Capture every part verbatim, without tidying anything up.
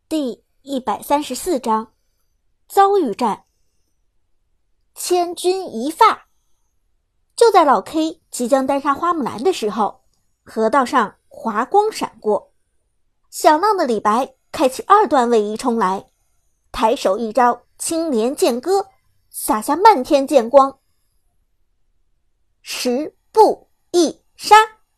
第一百三十四章遭遇战。千钧一发。就在老 K 即将单杀花木兰的时候，河道上华光闪过，小浪的李白开启二段位移冲来，抬手一招青莲剑歌，洒下漫天剑光，十步一杀。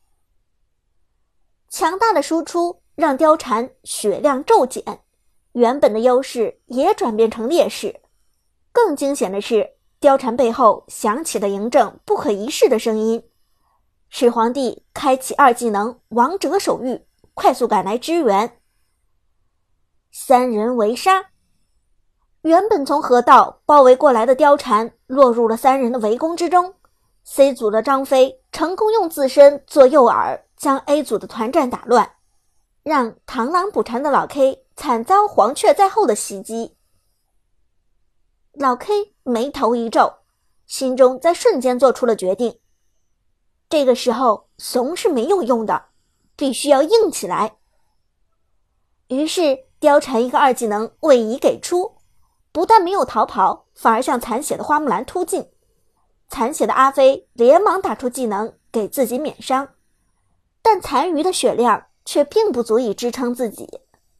强大的输出让貂蝉血量骤减，原本的优势也转变成劣势。更惊险的是，貂蝉背后响起了嬴政不可一世的声音。始皇帝开启二技能王者手谕，快速赶来支援。三人围杀。原本从河道包围过来的貂蝉落入了三人的围攻之中。C 组的张飞成功用自身做诱饵，将 A 组的团战打乱，让螳螂捕蝉的老 K 惨遭黄雀在后的袭击。老 K 眉头一皱，心中在瞬间做出了决定。这个时候怂是没有用的，必须要硬起来。于是貂蝉一个二技能位移给出，不但没有逃跑，反而向残血的花木兰突进。残血的阿飞连忙打出技能给自己免伤，但残余的血量却并不足以支撑自己。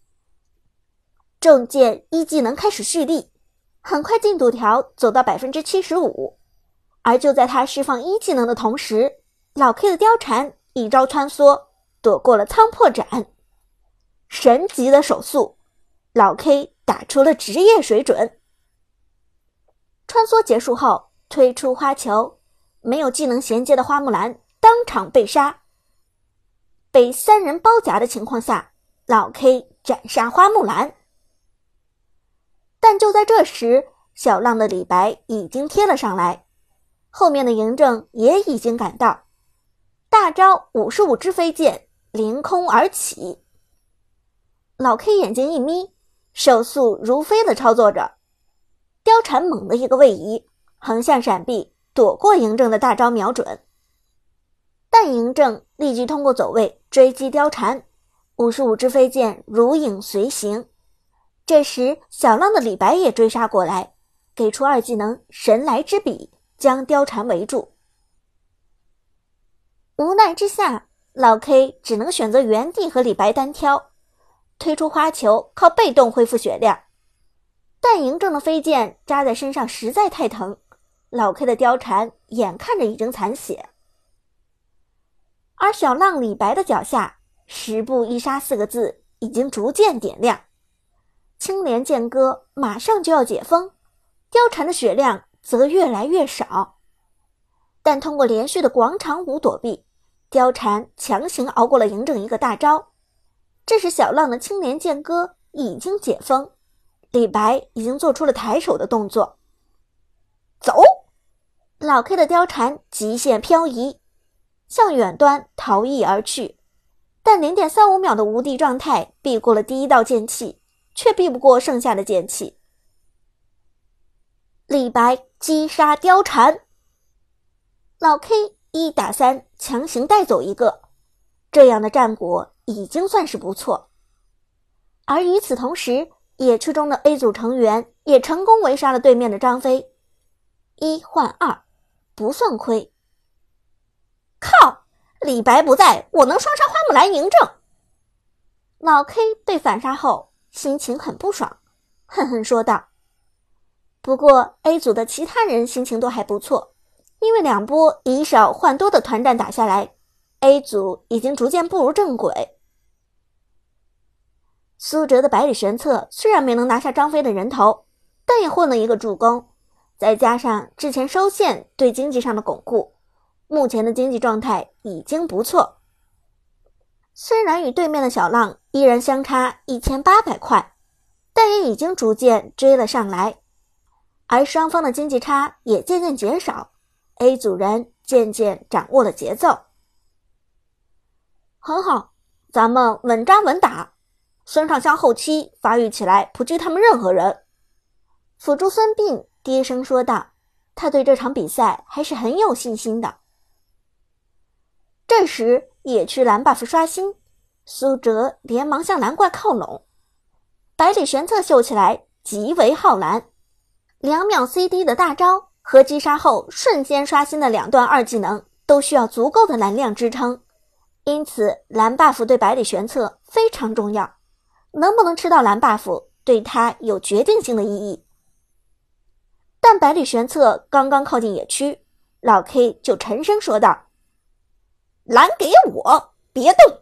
重剑一技能开始蓄力，很快进度条走到 百分之七十五， 而就在他释放一技能的同时，老 K 的貂蝉一招穿梭躲过了苍破斩。神级的手速，老 K 打出了职业水准。穿梭结束后推出花球，没有技能衔接的花木兰当场被杀。被三人包夹的情况下，老 K 斩杀花木兰。但就在这时，小浪的李白已经贴了上来，后面的嬴政也已经赶到，大招五十五支飞剑凌空而起。老 K 眼睛一眯，手速如飞的操作着，貂蝉猛的一个位移，横向闪避，躲过嬴政的大招瞄准。但嬴政立即通过走位追击貂蝉，五十五支飞剑如影随形。这时小浪的李白也追杀过来，给出二技能神来之笔，将貂蝉围住。无奈之下，老 K 只能选择原地和李白单挑，推出花球靠被动恢复血量。但嬴政的飞剑扎在身上实在太疼，老 K 的貂蝉眼看着已经残血。而小浪李白的脚下十步一杀四个字已经逐渐点亮，青莲剑歌马上就要解封，貂蝉的血量则越来越少。但通过连续的广场舞躲避，貂蝉强行熬过了嬴政一个大招。这时小浪的青莲剑歌已经解封，李白已经做出了抬手的动作。走！老 K 的貂蝉极限漂移，向远端逃逸而去，但 零点三五 秒的无敌状态避过了第一道剑气，却避不过剩下的剑气。李白击杀貂蝉，老 K 一打三强行带走一个，这样的战果已经算是不错。而与此同时，野区中的 A 组成员也成功围杀了对面的张飞，一换二，不算亏。靠，李白不在，我能双杀花木兰嬴政。老 K 被反杀后心情很不爽，恨恨说道。不过 A 组的其他人心情都还不错，因为两波以少换多的团战打下来， A 组已经逐渐步入正轨。苏哲的百里玄策虽然没能拿下张飞的人头，但也混了一个助攻，再加上之前收线对经济上的巩固，目前的经济状态已经不错。虽然与对面的小浪依然相差一千八百块，但也已经逐渐追了上来，而双方的经济差也渐渐减少， A 组人渐渐掌握了节奏。很好，咱们稳扎稳打，孙尚香后期发育起来不惧他们任何人。辅助孙膑低声说道，他对这场比赛还是很有信心的。这时野区蓝 buff 刷新，苏哲连忙向蓝怪靠拢， 百里玄策秀起来极为浩然，两秒 C D 的大招和击杀后瞬间刷新的两段二技能都需要足够的蓝量支撑，因此蓝 buff 对百里玄策非常重要，能不能吃到蓝 buff 对他有决定性的意义。但百里玄策刚刚靠近野区，老 K 就沉声说道：蓝给我，别动。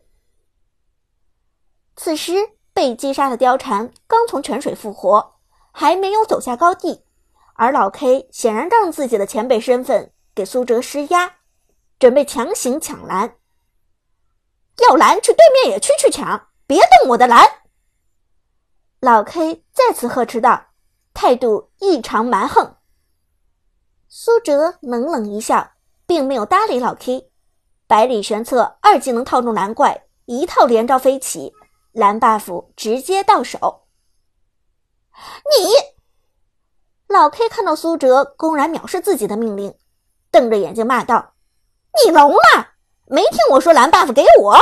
此时被击杀的貂蝉刚从泉水复活，还没有走下高地，而老 K 显然让自己的前辈身份给苏哲施压，准备强行抢蓝。要蓝去对面野区去抢，别动我的蓝。老 K 再次呵斥道，态度异常蛮横。苏哲冷冷一笑，并没有搭理老 K。 百里玄策二技能套中蓝怪，一套连招飞起，蓝 buff 直接到手。你！老 K 看到苏哲公然藐视自己的命令，瞪着眼睛骂道：你聋了？没听我说蓝 buff 给我？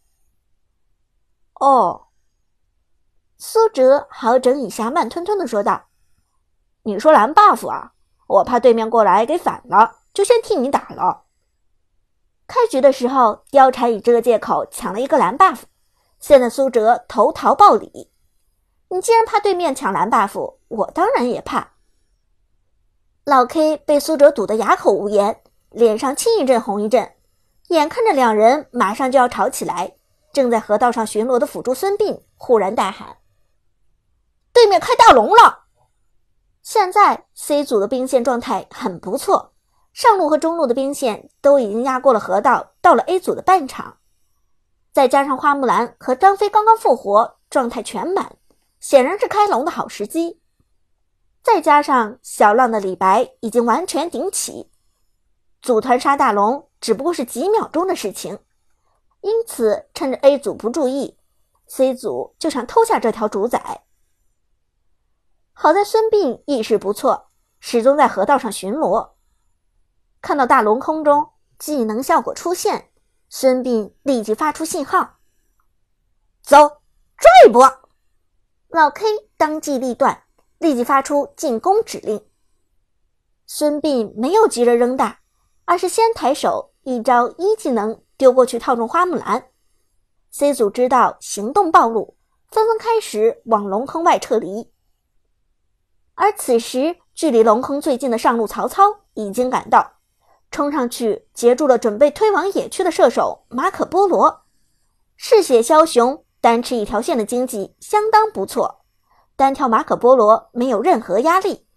哦。苏哲好整以暇，慢吞吞地说道：你说蓝 buff 啊，我怕对面过来给反了，就先替你打了。开局的时候貂蝉以这个借口抢了一个蓝 buff， 现在苏哲投桃报李，你既然怕对面抢蓝 buff， 我当然也怕。老 K 被苏哲堵得哑口无言，脸上青一阵红一阵，眼看着两人马上就要吵起来，正在河道上巡逻的辅助孙膑忽然大喊：对面开大龙了！现在 C 组的兵线状态很不错，上路和中路的兵线都已经压过了河道，到了 A 组的半场，再加上花木兰和张飞刚刚复活，状态全满，显然是开龙的好时机。再加上小浪的李白已经完全顶起，组团杀大龙只不过是几秒钟的事情，因此趁着 A 组不注意， C 组就想偷下这条主宰。好在孙膑意识不错，始终在河道上巡逻，看到大龙空中技能效果出现，孙膑立即发出信号：走，抓一波！老 K 当机立断，立即发出进攻指令。孙膑没有急着扔大，而是先抬手一招一技能丢过去套中花木兰。 C 组知道行动暴露，纷纷开始往龙坑外撤离。而此时距离龙坑最近的上路曹操已经赶到，冲上去截住了准备推往野区的射手马可波罗。嗜血枭雄单吃一条线的经济相当不错，单挑马可波罗没有任何压力。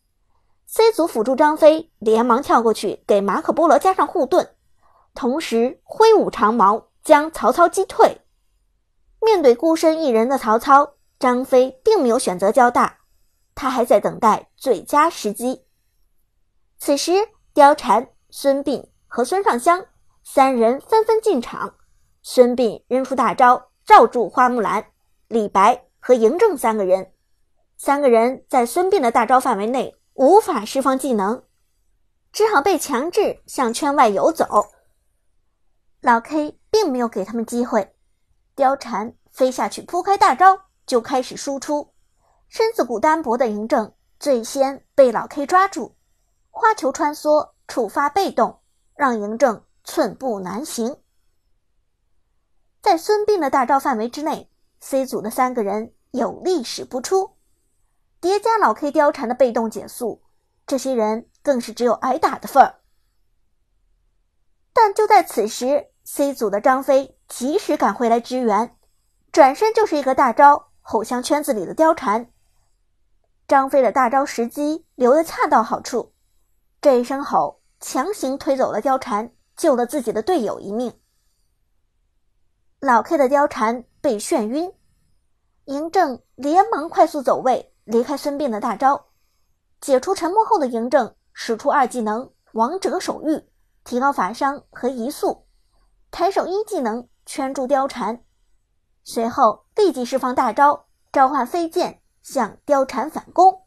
C 组辅助张飞连忙跳过去给马可波罗加上护盾，同时挥舞长矛将曹操击退。面对孤身一人的曹操，张飞并没有选择交大，他还在等待最佳时机。此时貂蝉、孙膑和孙尚香三人纷纷进场，孙膑扔出大招罩住花木兰、李白和嬴政三个人，三个人在孙膑的大招范围内无法释放技能，只好被强制向圈外游走。老 K 并没有给他们机会，貂蝉飞下去铺开大招就开始输出，身子骨单薄的嬴政最先被老 K 抓住，花球穿梭触发被动，让嬴政寸步难行。在孙膑的大招范围之内， C 组的三个人有力使不出，叠加老 K 貂蝉的被动减速，这些人更是只有挨打的份儿。但就在此时， C 组的张飞及时赶回来支援，转身就是一个大招吼向圈子里的貂蝉。张飞的大招时机留得恰到好处，这一声吼强行推走了貂蝉，救了自己的队友一命。老 K 的貂蝉被眩晕，嬴政连忙快速走位离开孙膑的大招，解除沉默后的嬴政使出二技能王者手谕，提高法伤和移速，抬手一技能圈住貂蝉，随后立即释放大招召唤飞剑向貂蝉反攻。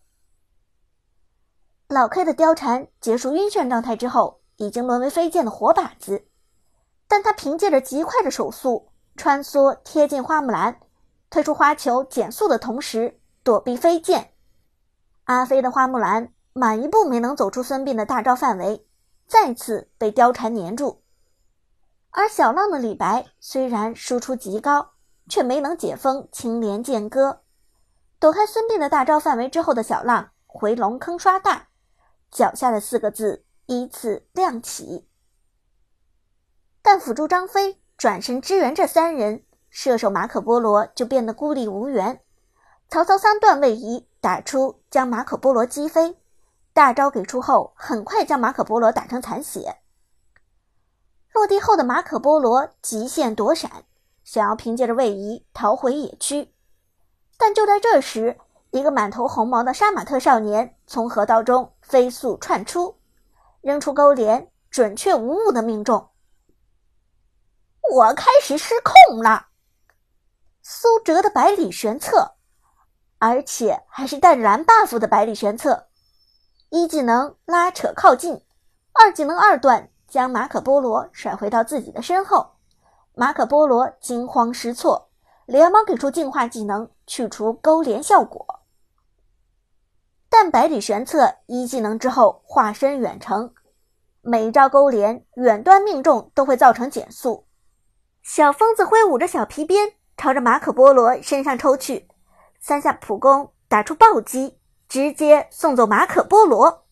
老 K 的貂蝉结束晕眩状态之后已经沦为飞剑的活靶子，但他凭借着极快的手速穿梭贴近花木兰，推出花球减速的同时躲避飞剑。阿飞的花木兰满一步没能走出孙膑的大招范围，再次被貂蝉粘住。而小浪的李白虽然输出极高，却没能解封青莲剑歌。躲开孙膑的大招范围之后的小浪回龙坑刷大，脚下的四个字依次亮起。但辅助张飞转身支援这三人，射手马可波罗就变得孤立无援。曹操三段位移打出将马可波罗击飞，大招给出后很快将马可波罗打成残血。落地后的马可波罗极限躲闪，想要凭借着位移逃回野区。但就在这时，一个满头红毛的杀马特少年从河道中飞速窜出，扔出钩镰，准确无误的命中。我开始失控了！苏哲的百里玄策，而且还是带着蓝 buff 的百里玄策。一技能拉扯靠近，二技能二段将马可波罗甩回到自己的身后。马可波罗惊慌失措，连忙给出净化技能去除勾连效果。但百里玄策一技能之后化身远程，每一招勾连远端命中都会造成减速。小疯子挥舞着小皮鞭朝着马可波罗身上抽去，三下普攻打出暴击，直接送走马可波罗。